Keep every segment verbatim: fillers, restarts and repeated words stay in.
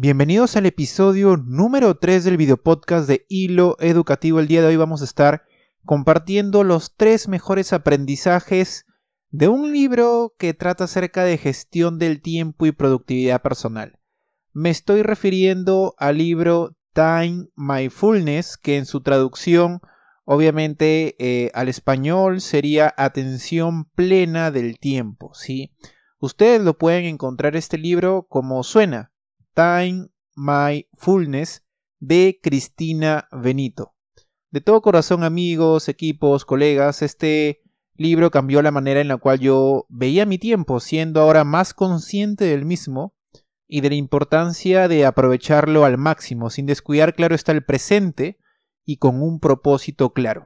Bienvenidos al episodio número tres del videopodcast de Hilo Educativo. El día de hoy vamos a estar compartiendo los tres mejores aprendizajes de un libro que trata acerca de gestión del tiempo y productividad personal. Me estoy refiriendo al libro Time Mindfulness, que en su traducción, obviamente eh, al español sería Atención Plena del Tiempo, ¿sí? Ustedes lo pueden encontrar este libro como suena. Time Mindfulness de Cristina Benito. De todo corazón, amigos, equipos, colegas, este libro cambió la manera en la cual yo veía mi tiempo, siendo ahora más consciente del mismo y de la importancia de aprovecharlo al máximo, sin descuidar, claro está, el presente y con un propósito claro.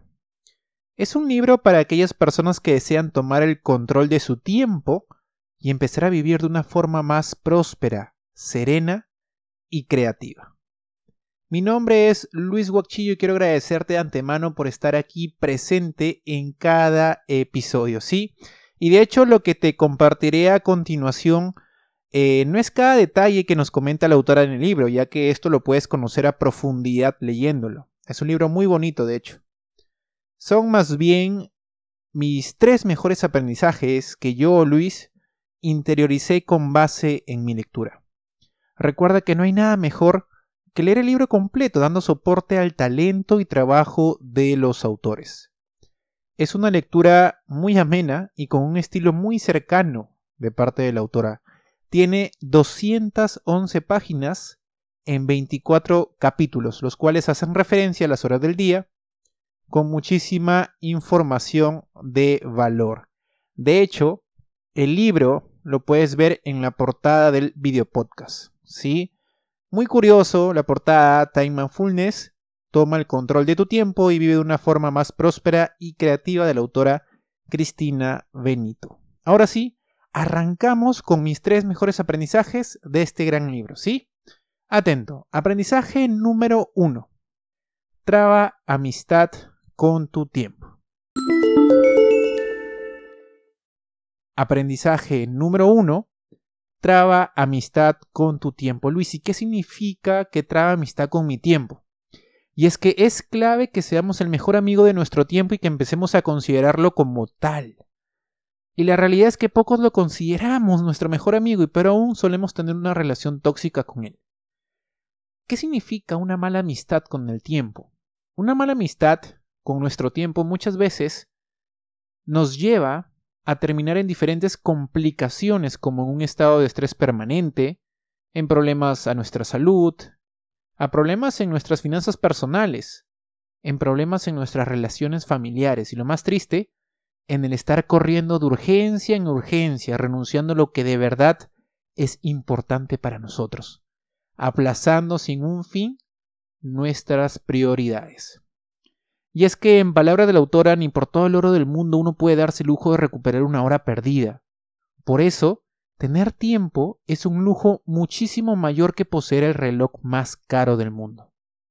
Es un libro para aquellas personas que desean tomar el control de su tiempo y empezar a vivir de una forma más próspera, serena y creativa. Mi nombre es Luis Huachillo y quiero agradecerte de antemano por estar aquí presente en cada episodio, ¿sí? Y de hecho lo que te compartiré a continuación eh, no es cada detalle que nos comenta la autora en el libro, ya que esto lo puedes conocer a profundidad leyéndolo. Es un libro muy bonito, de hecho. Son más bien mis tres mejores aprendizajes que yo, Luis, interioricé con base en mi lectura. Recuerda que no hay nada mejor que leer el libro completo, dando soporte al talento y trabajo de los autores. Es una lectura muy amena y con un estilo muy cercano de parte de la autora. Tiene doscientas once páginas en veinticuatro capítulos, los cuales hacen referencia a las horas del día, con muchísima información de valor. De hecho, el libro lo puedes ver en la portada del videopodcast, ¿sí? Muy curioso, la portada Time Mindfulness toma el control de tu tiempo y vive de una forma más próspera y creativa de la autora Cristina Benito. Ahora sí, arrancamos con mis tres mejores aprendizajes de este gran libro, ¿sí? Atento, aprendizaje número uno. Traba amistad con tu tiempo. Aprendizaje número uno. Traba amistad con tu tiempo. Luis, ¿y qué significa que traba amistad con mi tiempo? Y es que es clave que seamos el mejor amigo de nuestro tiempo y que empecemos a considerarlo como tal. Y la realidad es que pocos lo consideramos nuestro mejor amigo, y pero aún solemos tener una relación tóxica con él. ¿Qué significa una mala amistad con el tiempo? Una mala amistad con nuestro tiempo muchas veces nos lleva a terminar en diferentes complicaciones, como en un estado de estrés permanente, en problemas a nuestra salud, a problemas en nuestras finanzas personales, en problemas en nuestras relaciones familiares y, lo más triste, en el estar corriendo de urgencia en urgencia, renunciando a lo que de verdad es importante para nosotros, aplazando sin un fin nuestras prioridades. Y es que, en palabras de la autora, ni por todo el oro del mundo uno puede darse el lujo de recuperar una hora perdida. Por eso, tener tiempo es un lujo muchísimo mayor que poseer el reloj más caro del mundo.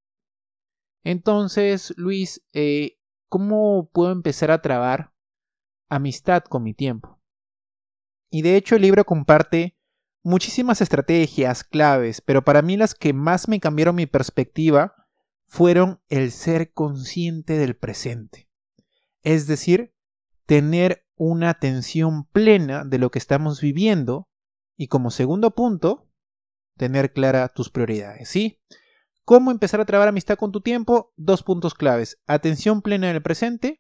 Entonces, Luis, eh, ¿cómo puedo empezar a trabar amistad con mi tiempo? Y de hecho el libro comparte muchísimas estrategias, claves, pero para mí las que más me cambiaron mi perspectiva fueron el ser consciente del presente. Es decir, tener una atención plena de lo que estamos viviendo y, como segundo punto, tener clara tus prioridades, ¿sí? ¿Cómo empezar a trabar amistad con tu tiempo? Dos puntos claves: atención plena en el presente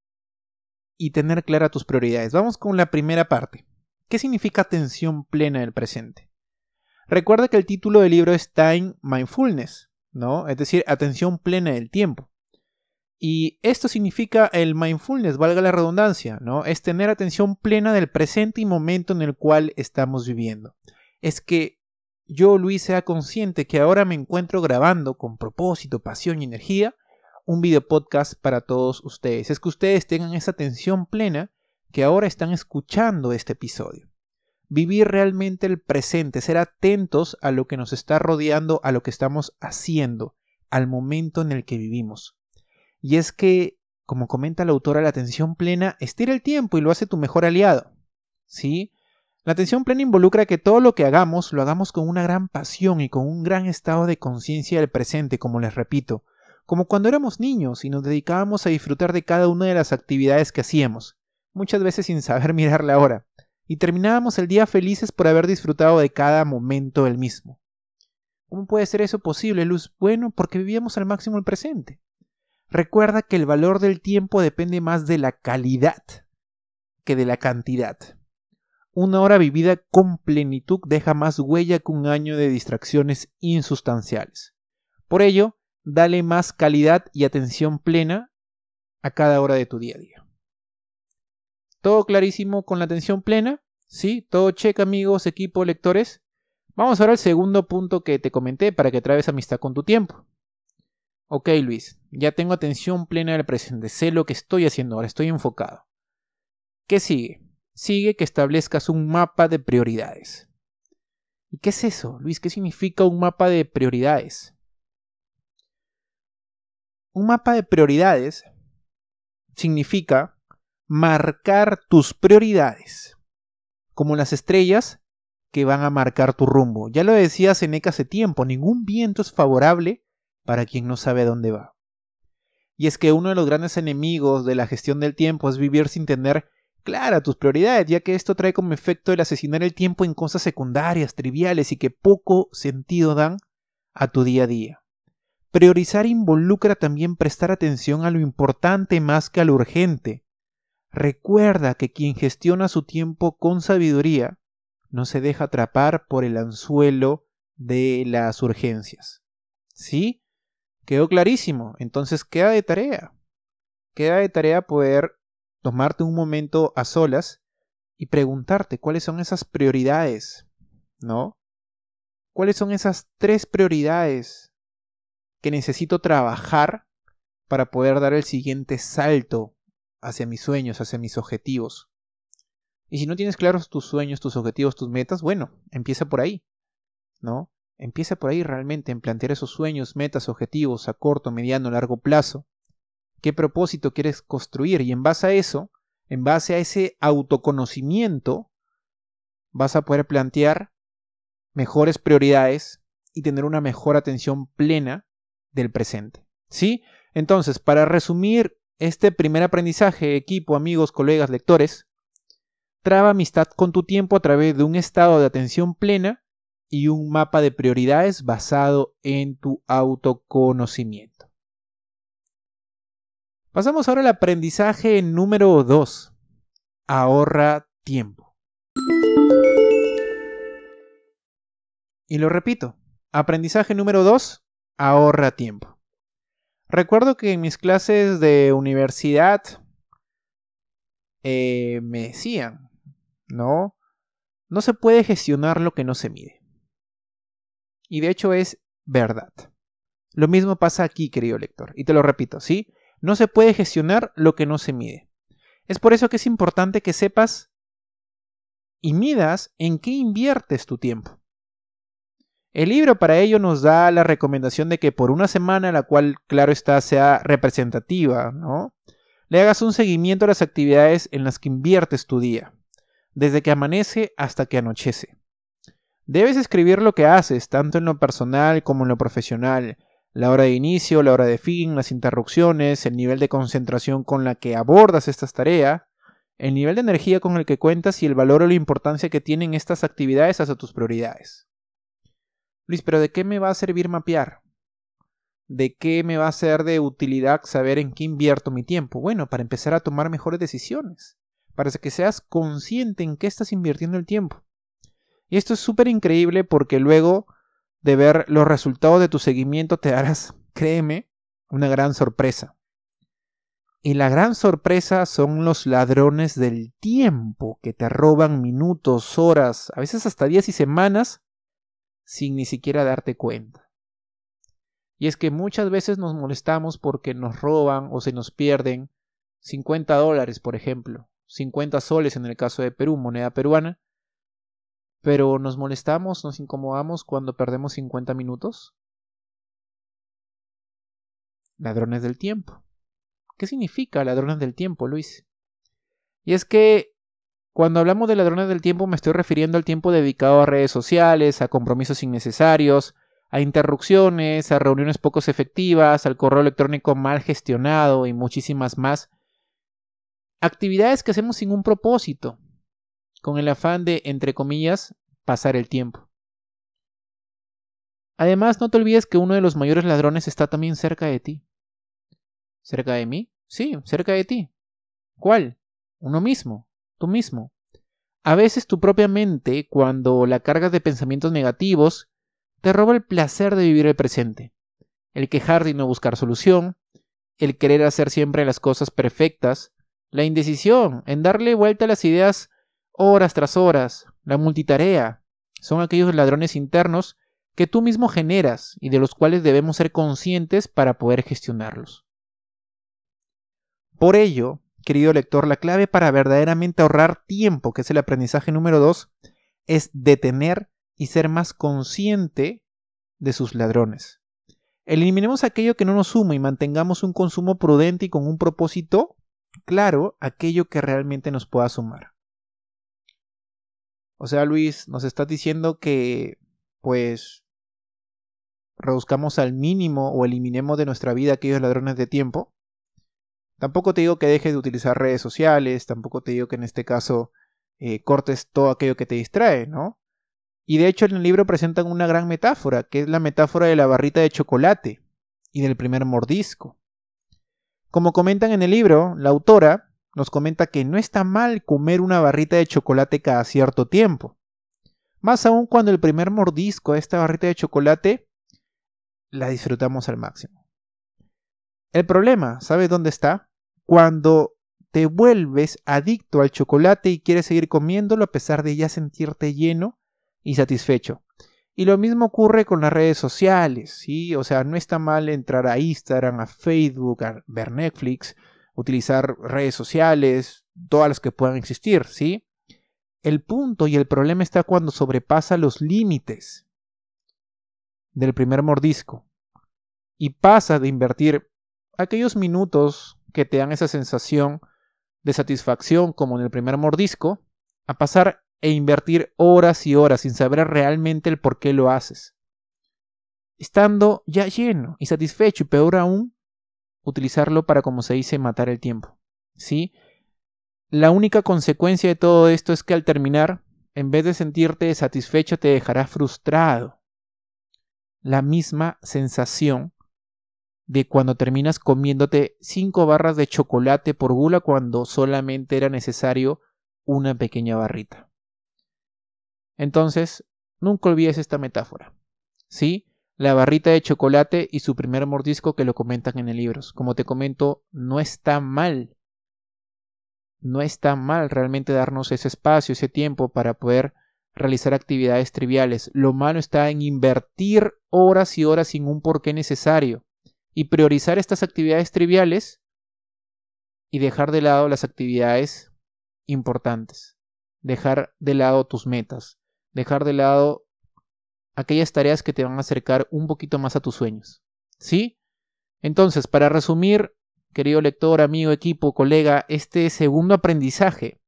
y tener clara tus prioridades. Vamos con la primera parte. ¿Qué significa atención plena en el presente? Recuerda que el título del libro es Time Mindfulness, ¿no? Es decir, atención plena del tiempo. Y esto significa el mindfulness, valga la redundancia, ¿no? Es tener atención plena del presente y momento en el cual estamos viviendo. Es que yo, Luis, sea consciente que ahora me encuentro grabando con propósito, pasión y energía un video podcast para todos ustedes. Es que ustedes tengan esa atención plena que ahora están escuchando este episodio. Vivir realmente el presente, ser atentos a lo que nos está rodeando, a lo que estamos haciendo, al momento en el que vivimos. Y es que, como comenta la autora, la atención plena estira el tiempo y lo hace tu mejor aliado, ¿sí? La atención plena involucra que todo lo que hagamos lo hagamos con una gran pasión y con un gran estado de conciencia del presente, como les repito, como cuando éramos niños y nos dedicábamos a disfrutar de cada una de las actividades que hacíamos, muchas veces sin saber mirar la hora, y terminábamos el día felices por haber disfrutado de cada momento del mismo. ¿Cómo puede ser eso posible, Luz? Bueno, porque vivíamos al máximo el presente. Recuerda que el valor del tiempo depende más de la calidad que de la cantidad. Una hora vivida con plenitud deja más huella que un año de distracciones insustanciales. Por ello, dale más calidad y atención plena a cada hora de tu día a día. ¿Todo clarísimo con la atención plena? ¿Sí? ¿Todo check, amigos, equipo, lectores? Vamos ahora al segundo punto que te comenté para que traigas amistad con tu tiempo. Ok, Luis, ya tengo atención plena del presente, sé lo que estoy haciendo ahora, estoy enfocado. ¿Qué sigue? Sigue que establezcas un mapa de prioridades. ¿Y qué es eso, Luis? ¿Qué significa un mapa de prioridades? Un mapa de prioridades significa marcar tus prioridades, como las estrellas que van a marcar tu rumbo. Ya lo decía Seneca hace tiempo, ningún viento es favorable para quien no sabe dónde va. Y es que uno de los grandes enemigos de la gestión del tiempo es vivir sin tener clara tus prioridades, ya que esto trae como efecto el asesinar el tiempo en cosas secundarias, triviales y que poco sentido dan a tu día a día. Priorizar involucra también prestar atención a lo importante más que a lo urgente. Recuerda que quien gestiona su tiempo con sabiduría no se deja atrapar por el anzuelo de las urgencias. ¿Sí? Quedó clarísimo. Entonces queda de tarea. Queda de tarea poder tomarte un momento a solas y preguntarte cuáles son esas prioridades, ¿no? ¿Cuáles son esas tres prioridades que necesito trabajar para poder dar el siguiente salto hacia mis sueños, hacia mis objetivos? Y si no tienes claros tus sueños, tus objetivos, tus metas, bueno, empieza por ahí, ¿no? Empieza por ahí realmente en plantear esos sueños, metas, objetivos a corto, mediano, largo plazo. ¿Qué propósito quieres construir? Y en base a eso, en base a ese autoconocimiento, vas a poder plantear mejores prioridades y tener una mejor atención plena del presente. ¿Sí? Entonces, para resumir este primer aprendizaje, equipo, amigos, colegas, lectores, traba amistad con tu tiempo a través de un estado de atención plena y un mapa de prioridades basado en tu autoconocimiento. Pasamos ahora al aprendizaje número dos. Ahorra tiempo. Y lo repito, aprendizaje número dos, ahorra tiempo. Recuerdo que en mis clases de universidad eh, me decían, ¿no? No se puede gestionar lo que no se mide. Y de hecho es verdad. Lo mismo pasa aquí, querido lector. Y te lo repito, ¿sí? No se puede gestionar lo que no se mide. Es por eso que es importante que sepas y midas en qué inviertes tu tiempo. El libro para ello nos da la recomendación de que por una semana, la cual claro está sea representativa, ¿no?, le hagas un seguimiento a las actividades en las que inviertes tu día, desde que amanece hasta que anochece. Debes escribir lo que haces, tanto en lo personal como en lo profesional, la hora de inicio, la hora de fin, las interrupciones, el nivel de concentración con la que abordas estas tareas, el nivel de energía con el que cuentas y el valor o la importancia que tienen estas actividades hacia tus prioridades. Luis, ¿pero de qué me va a servir mapear? ¿De qué me va a ser de utilidad saber en qué invierto mi tiempo? Bueno, para empezar a tomar mejores decisiones, para que seas consciente en qué estás invirtiendo el tiempo. Y esto es súper increíble porque luego de ver los resultados de tu seguimiento te darás, créeme, una gran sorpresa. Y la gran sorpresa son los ladrones del tiempo que te roban minutos, horas, a veces hasta días y semanas sin ni siquiera darte cuenta. Y es que muchas veces nos molestamos porque nos roban o se nos pierden cincuenta dólares, por ejemplo, cincuenta soles en el caso de Perú, moneda peruana, pero nos molestamos, nos incomodamos cuando perdemos cincuenta minutos. Ladrones del tiempo. ¿Qué significa ladrones del tiempo, Luis? Y es que Cuando hablamos de ladrones del tiempo me estoy refiriendo al tiempo dedicado a redes sociales, a compromisos innecesarios, a interrupciones, a reuniones poco efectivas, al correo electrónico mal gestionado y muchísimas más. Actividades que hacemos sin un propósito, con el afán de, entre comillas, pasar el tiempo. Además, no te olvides que uno de los mayores ladrones está también cerca de ti. ¿Cerca de mí? Sí, cerca de ti. ¿Cuál? Uno mismo, tú mismo. A veces tu propia mente, cuando la cargas de pensamientos negativos, te roba el placer de vivir el presente. El quejarte y no buscar solución, el querer hacer siempre las cosas perfectas, la indecisión en darle vuelta a las ideas horas tras horas, la multitarea, son aquellos ladrones internos que tú mismo generas y de los cuales debemos ser conscientes para poder gestionarlos. Por ello, querido lector, la clave para verdaderamente ahorrar tiempo, que es el aprendizaje número dos, es detener y ser más consciente de sus ladrones. Eliminemos aquello que no nos suma y mantengamos un consumo prudente y con un propósito claro, aquello que realmente nos pueda sumar. O sea, Luis, nos estás diciendo que, pues, reduzcamos al mínimo o eliminemos de nuestra vida aquellos ladrones de tiempo. Tampoco te digo que dejes de utilizar redes sociales, tampoco te digo que en este caso eh, cortes todo aquello que te distrae, ¿no? Y de hecho en el libro presentan una gran metáfora, que es la metáfora de la barrita de chocolate y del primer mordisco. Como comentan en el libro, la autora nos comenta que no está mal comer una barrita de chocolate cada cierto tiempo. Más aún cuando el primer mordisco de esta barrita de chocolate la disfrutamos al máximo. El problema, ¿sabes dónde está? Cuando te vuelves adicto al chocolate y quieres seguir comiéndolo a pesar de ya sentirte lleno y satisfecho. Y lo mismo ocurre con las redes sociales, ¿sí? O sea, no está mal entrar a Instagram, a Facebook, a ver Netflix, utilizar redes sociales, todas las que puedan existir, ¿sí? El punto y el problema está cuando sobrepasa los límites del primer mordisco y pasa de invertir aquellos minutos que te dan esa sensación de satisfacción como en el primer mordisco a pasar e invertir horas y horas sin saber realmente el por qué lo haces, estando ya lleno y satisfecho, y peor aún, utilizarlo para, como se dice, matar el tiempo, ¿sí? La única consecuencia de todo esto es que al terminar, en vez de sentirte satisfecho, te dejará frustrado. La misma sensación de cuando terminas comiéndote cinco barras de chocolate por gula cuando solamente era necesario una pequeña barrita. Entonces, nunca olvides esta metáfora, ¿sí? La barrita de chocolate y su primer mordisco que lo comentan en el libro. Como te comento, no está mal. No está mal realmente darnos ese espacio, ese tiempo para poder realizar actividades triviales. Lo malo está en invertir horas y horas sin un porqué necesario y priorizar estas actividades triviales y dejar de lado las actividades importantes. Dejar de lado tus metas. Dejar de lado aquellas tareas que te van a acercar un poquito más a tus sueños, ¿sí? Entonces, para resumir, querido lector, amigo, equipo, colega, este segundo aprendizaje,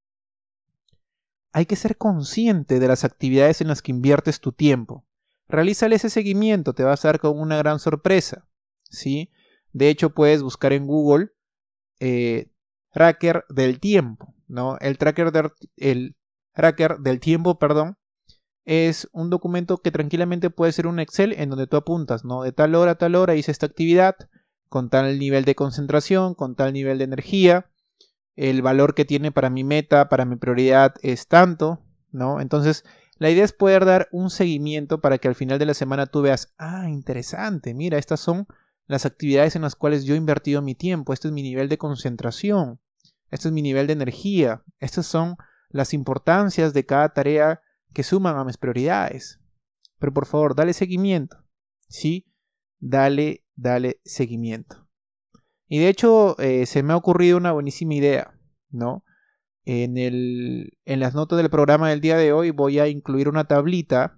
hay que ser consciente de las actividades en las que inviertes tu tiempo. Realízale ese seguimiento, te vas a dar con una gran sorpresa, ¿sí? De hecho, puedes buscar en Google eh, tracker del tiempo, ¿no? El tracker, de, el tracker del tiempo, perdón, es un documento que tranquilamente puede ser un Excel en donde tú apuntas, ¿no? De tal hora a tal hora hice esta actividad, con tal nivel de concentración, con tal nivel de energía, el valor que tiene para mi meta, para mi prioridad es tanto, ¿no? Entonces, la idea es poder dar un seguimiento para que al final de la semana tú veas, ah, interesante, mira, estas son las actividades en las cuales yo he invertido mi tiempo, este es mi nivel de concentración, este es mi nivel de energía, estas son las importancias de cada tarea que suman a mis prioridades. Pero por favor, dale seguimiento, ¿sí? Dale, dale seguimiento. Y de hecho, eh, se me ha ocurrido una buenísima idea, ¿no? En, el, en las notas del programa del día de hoy voy a incluir una tablita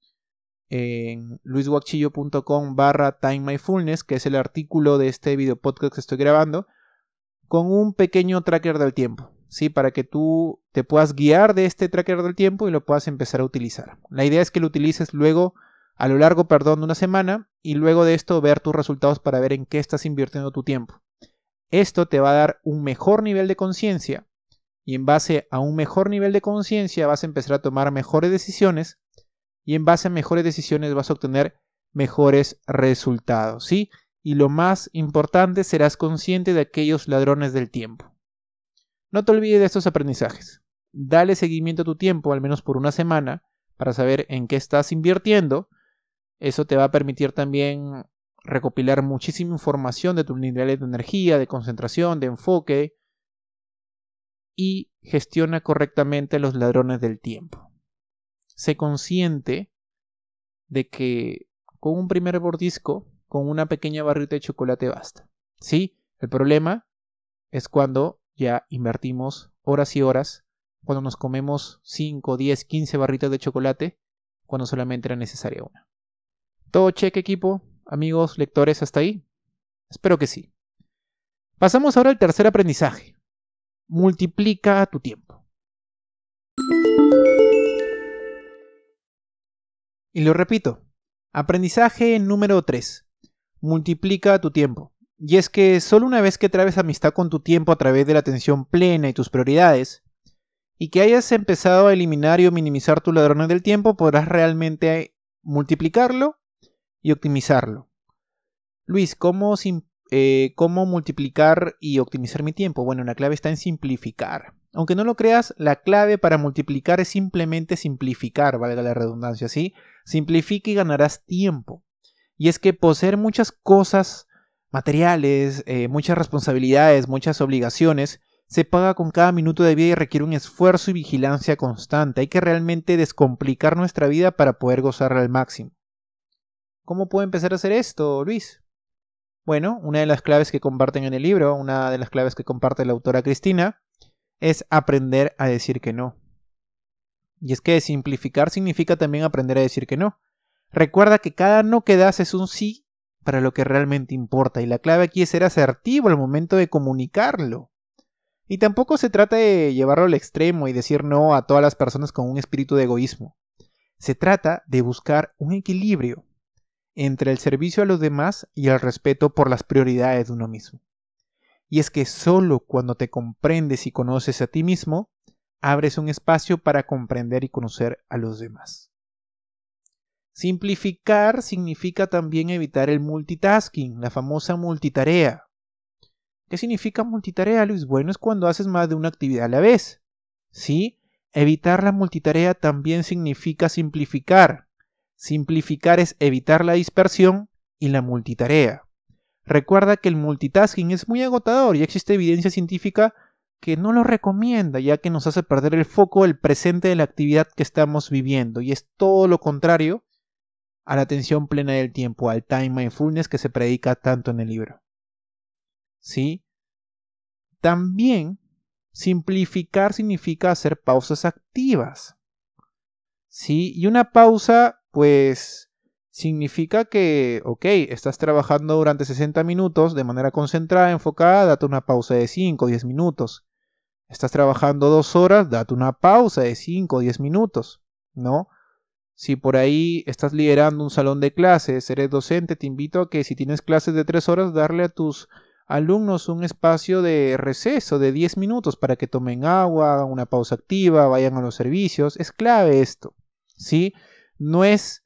en luisguachillo.com barra Time Mindfulness, que es el artículo de este video podcast que estoy grabando, con un pequeño tracker del tiempo. ¿sí? Para que tú te puedas guiar de este tracker del tiempo y lo puedas empezar a utilizar. La idea es que lo utilices luego, a lo largo, perdón, de una semana, y luego de esto ver tus resultados para ver en qué estás invirtiendo tu tiempo. Esto te va a dar un mejor nivel de conciencia, y en base a un mejor nivel de conciencia vas a empezar a tomar mejores decisiones, y en base a mejores decisiones vas a obtener mejores resultados, ¿sí? Y lo más importante, serás consciente de aquellos ladrones del tiempo. No te olvides de estos aprendizajes. Dale seguimiento a tu tiempo, al menos por una semana, para saber en qué estás invirtiendo. Eso te va a permitir también recopilar muchísima información de tus niveles de energía, de concentración, de enfoque, y gestiona correctamente los ladrones del tiempo. Sé consciente de que con un primer mordisco, con una pequeña barrita de chocolate basta. ¿Sí? El problema es cuando ya invertimos horas y horas, cuando nos comemos cinco, diez, quince barritas de chocolate, cuando solamente era necesaria una. ¿Todo check, equipo? Amigos, lectores, ¿hasta ahí? Espero que sí. Pasamos ahora al tercer aprendizaje. Multiplica tu tiempo. Y lo repito. Aprendizaje número tres. Multiplica tu tiempo. Y es que solo una vez que trabes amistad con tu tiempo a través de la atención plena y tus prioridades, y que hayas empezado a eliminar y o minimizar tus ladrones del tiempo, podrás realmente multiplicarlo y optimizarlo. Luis, ¿cómo, eh, ¿cómo multiplicar y optimizar mi tiempo? Bueno, la clave está en simplificar. Aunque no lo creas, la clave para multiplicar es simplemente simplificar, valga la redundancia, ¿sí? Simplifica y ganarás tiempo. Y es que poseer muchas cosas materiales, eh, muchas responsabilidades, muchas obligaciones, se paga con cada minuto de vida y requiere un esfuerzo y vigilancia constante. Hay que realmente descomplicar nuestra vida para poder gozarla al máximo. ¿Cómo puedo empezar a hacer esto, Luis? Bueno, una de las claves que comparten en el libro, una de las claves que comparte la autora Cristina, es aprender a decir que no. Y es que simplificar significa también aprender a decir que no. Recuerda que cada no que das es un sí para lo que realmente importa, y la clave aquí es ser asertivo al momento de comunicarlo. Y tampoco se trata de llevarlo al extremo y decir no a todas las personas con un espíritu de egoísmo. Se trata de buscar un equilibrio entre el servicio a los demás y el respeto por las prioridades de uno mismo. Y es que solo cuando te comprendes y conoces a ti mismo, abres un espacio para comprender y conocer a los demás. Simplificar significa también evitar el multitasking, la famosa multitarea. ¿Qué significa multitarea, Luis? Bueno, es cuando haces más de una actividad a la vez. ¿Sí? Evitar la multitarea también significa simplificar. Simplificar es evitar la dispersión y la multitarea. Recuerda que el multitasking es muy agotador y existe evidencia científica que no lo recomienda, ya que nos hace perder el foco del presente de la actividad que estamos viviendo, y es todo lo contrario a la atención plena del tiempo, al time mindfulness que se predica tanto en el libro. ¿Sí? También simplificar significa hacer pausas activas. ¿Sí? Y una pausa, pues, significa que, ok, estás trabajando durante sesenta minutos de manera concentrada, enfocada, date una pausa de cinco o diez minutos. Estás trabajando dos horas, date una pausa de cinco o diez minutos, ¿no? Si por ahí estás liderando un salón de clases, eres docente, te invito a que si tienes clases de tres horas, darle a tus alumnos un espacio de receso de diez minutos para que tomen agua, hagan una pausa activa, vayan a los servicios. Es clave esto, ¿sí? No es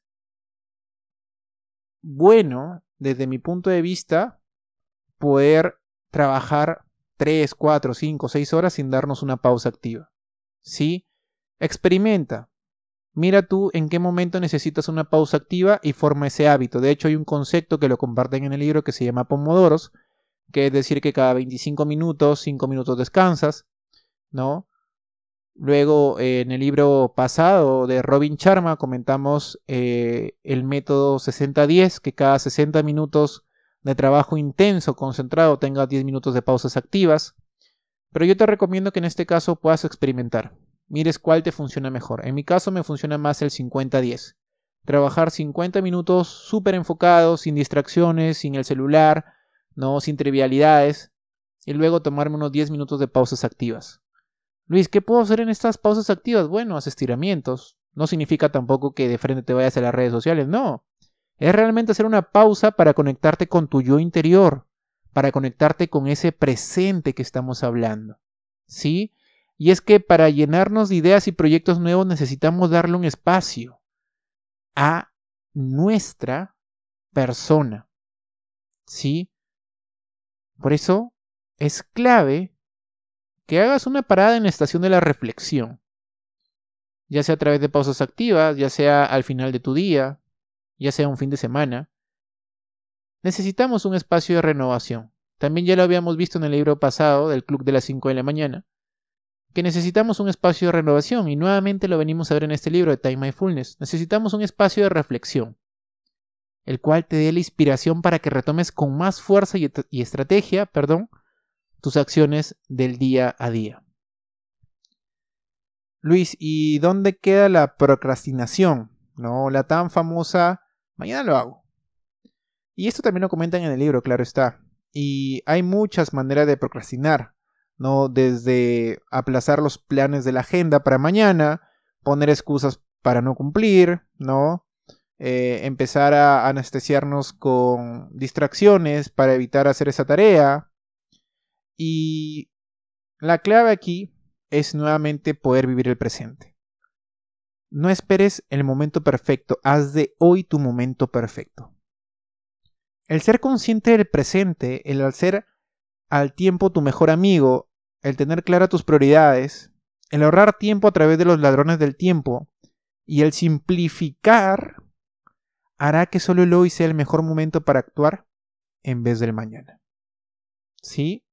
bueno, desde mi punto de vista, poder trabajar tres, cuatro, cinco, seis horas sin darnos una pausa activa, ¿sí? Experimenta. Mira tú en qué momento necesitas una pausa activa y forma ese hábito. De hecho, hay un concepto que lo comparten en el libro que se llama pomodoros, que es decir que cada veinticinco minutos, cinco minutos descansas, ¿no? Luego, eh, en el libro pasado de Robin Sharma comentamos eh, el método sesenta diez, que cada sesenta minutos de trabajo intenso, concentrado, tenga diez minutos de pausas activas. Pero yo te recomiendo que en este caso puedas experimentar. Mires cuál te funciona mejor. En mi caso me funciona más el cincuenta diez. Trabajar cincuenta minutos súper enfocados, sin distracciones, sin el celular, ¿no? Sin trivialidades. Y luego tomarme unos diez minutos de pausas activas. Luis, ¿qué puedo hacer en estas pausas activas? Bueno, haz estiramientos. No significa tampoco que de frente te vayas a las redes sociales, no. Es realmente hacer una pausa para conectarte con tu yo interior, para conectarte con ese presente que estamos hablando. ¿Sí? Y es que para llenarnos de ideas y proyectos nuevos necesitamos darle un espacio a nuestra persona. ¿Sí? Por eso es clave que hagas una parada en la estación de la reflexión, ya sea a través de pausas activas, ya sea al final de tu día, ya sea un fin de semana. Necesitamos un espacio de renovación. También ya lo habíamos visto en el libro pasado del Club de las cinco de la mañana, que necesitamos un espacio de renovación y nuevamente lo venimos a ver en este libro de Time Mindfulness. Necesitamos un espacio de reflexión, el cual te dé la inspiración para que retomes con más fuerza y, y estrategia, perdón, tus acciones del día a día. Luis, ¿y dónde queda la procrastinación? No, la tan famosa, mañana lo hago. Y esto también lo comentan en el libro, claro está. Y hay muchas maneras de procrastinar, ¿no? Desde aplazar los planes de la agenda para mañana, poner excusas para no cumplir, ¿no? Eh, empezar a anestesiarnos con distracciones para evitar hacer esa tarea. Y la clave aquí es nuevamente poder vivir el presente. No esperes el momento perfecto, haz de hoy tu momento perfecto. El ser consciente del presente, el hacer al tiempo tu mejor amigo, el tener claras tus prioridades, el ahorrar tiempo a través de los ladrones del tiempo y el simplificar hará que solo el hoy sea el mejor momento para actuar en vez del mañana. ¿Sí?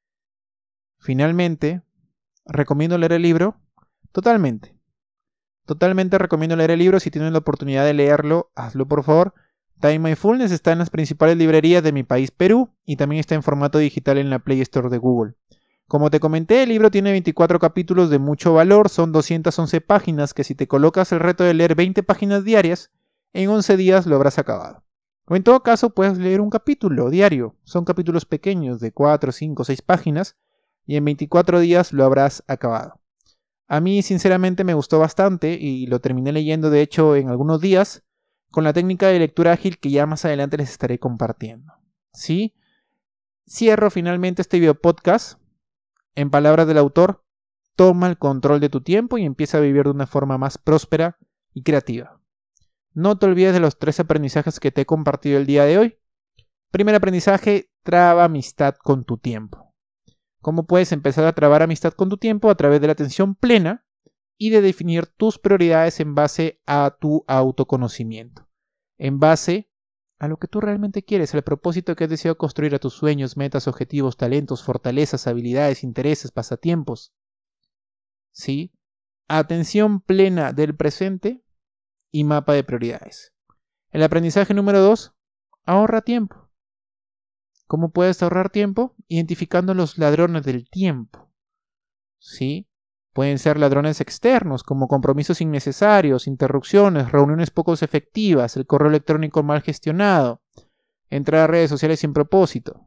Finalmente, ¿recomiendo leer el libro? Totalmente. Totalmente recomiendo leer el libro. Si tienes la oportunidad de leerlo, hazlo por favor. Time Mindfulness está en las principales librerías de mi país, Perú, y también está en formato digital en la Play Store de Google. Como te comenté, el libro tiene veinticuatro capítulos de mucho valor, son doscientas once páginas que si te colocas el reto de leer veinte páginas diarias, en once días lo habrás acabado. O en todo caso, puedes leer un capítulo diario. Son capítulos pequeños de cuatro, cinco, seis páginas, y en veinticuatro días lo habrás acabado. A mí sinceramente me gustó bastante y lo terminé leyendo de hecho en algunos días con la técnica de lectura ágil que ya más adelante les estaré compartiendo. ¿Sí? Cierro finalmente este video podcast. En palabras del autor, toma el control de tu tiempo y empieza a vivir de una forma más próspera y creativa. No te olvides de los tres aprendizajes que te he compartido el día de hoy. Primer aprendizaje, traba amistad con tu tiempo. ¿Cómo puedes empezar a trabar amistad con tu tiempo? A través de la atención plena y de definir tus prioridades en base a tu autoconocimiento. En base a lo que tú realmente quieres, al propósito que has deseado construir, a tus sueños, metas, objetivos, talentos, fortalezas, habilidades, intereses, pasatiempos. ¿Sí? Atención plena del presente y mapa de prioridades. El aprendizaje número dos, ahorra tiempo. ¿Cómo puedes ahorrar tiempo? Identificando los ladrones del tiempo. ¿Sí? Pueden ser ladrones externos, como compromisos innecesarios, interrupciones, reuniones poco efectivas, el correo electrónico mal gestionado, entrar a redes sociales sin propósito.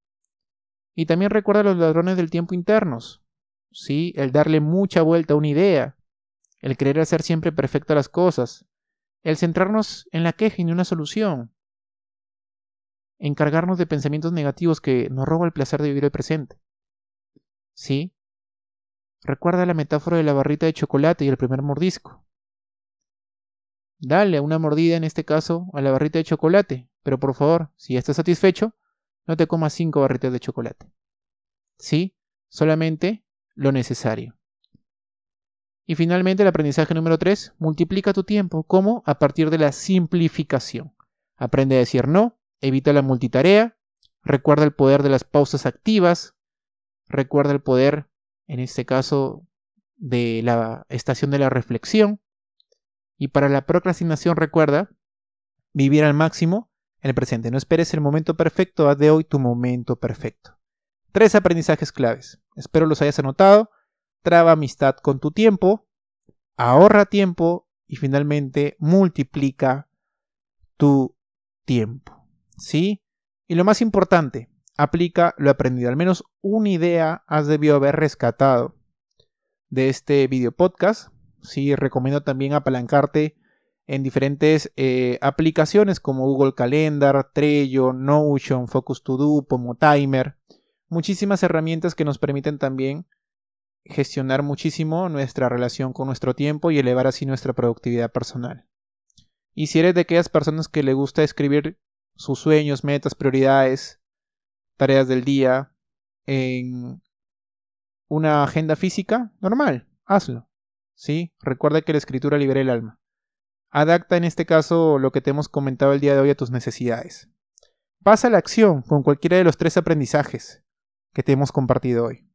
Y también recuerda los ladrones del tiempo internos. ¿Sí? El darle mucha vuelta a una idea, el querer hacer siempre perfectas las cosas, el centrarnos en la queja y en una solución, encargarnos de pensamientos negativos que nos roban el placer de vivir el presente. ¿Sí? Recuerda la metáfora de la barrita de chocolate y el primer mordisco. Dale una mordida, en este caso, a la barrita de chocolate, pero por favor, si ya estás satisfecho, no te comas cinco barritas de chocolate. ¿Sí? Solamente lo necesario. Y finalmente el aprendizaje número tres, multiplica tu tiempo. ¿Cómo? A partir de la simplificación. Aprende a decir no, evita la multitarea, recuerda el poder de las pausas activas, recuerda el poder, en este caso, de la estación de la reflexión. Y para la procrastinación recuerda vivir al máximo en el presente. No esperes el momento perfecto, haz de hoy tu momento perfecto. Tres aprendizajes claves. Espero los hayas anotado. Traba amistad con tu tiempo, ahorra tiempo y finalmente multiplica tu tiempo. ¿Sí? Y lo más importante, aplica lo aprendido. Al menos una idea has debido haber rescatado de este video podcast. Sí, recomiendo también apalancarte en diferentes eh, aplicaciones como Google Calendar, Trello, Notion, Focus To Do, Pomo Timer. Muchísimas herramientas que nos permiten también gestionar muchísimo nuestra relación con nuestro tiempo y elevar así nuestra productividad personal. Y si eres de aquellas personas que le gusta escribir sus sueños, metas, prioridades, tareas del día en una agenda física, normal, hazlo. ¿Sí? Recuerda que la escritura libera el alma. Adapta en este caso lo que te hemos comentado el día de hoy a tus necesidades. Pasa a la acción con cualquiera de los tres aprendizajes que te hemos compartido hoy.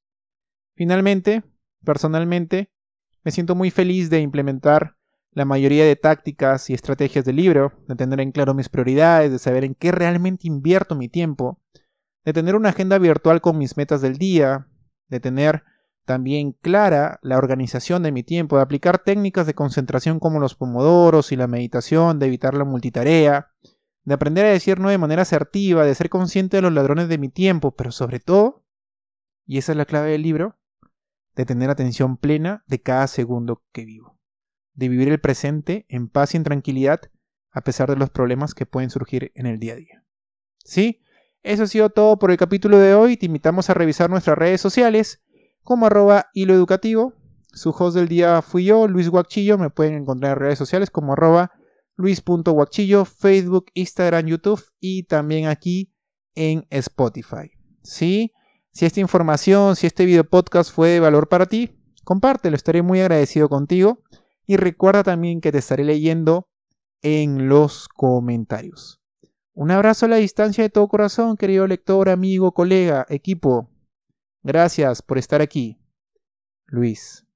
Finalmente, personalmente, me siento muy feliz de implementar la mayoría de tácticas y estrategias del libro, de tener en claro mis prioridades, de saber en qué realmente invierto mi tiempo, de tener una agenda virtual con mis metas del día, de tener también clara la organización de mi tiempo, de aplicar técnicas de concentración como los pomodoros y la meditación, de evitar la multitarea, de aprender a decir no de manera asertiva, de ser consciente de los ladrones de mi tiempo, pero sobre todo, y esa es la clave del libro, de tener atención plena de cada segundo que vivo, de vivir el presente en paz y en tranquilidad a pesar de los problemas que pueden surgir en el día a día. ¿Sí? Eso ha sido todo por el capítulo de hoy. Te invitamos a revisar nuestras redes sociales como arroba hilo educativo. Su host del día fui yo, Luis Guachillo. Me pueden encontrar en redes sociales como arroba luis.guachillo, Facebook, Instagram, YouTube y también aquí en Spotify. ¿Sí? Si esta información, si este video podcast fue de valor para ti, compártelo, estaré muy agradecido contigo. Y recuerda también que te estaré leyendo en los comentarios. Un abrazo a la distancia de todo corazón, querido lector, amigo, colega, equipo. Gracias por estar aquí. Luis.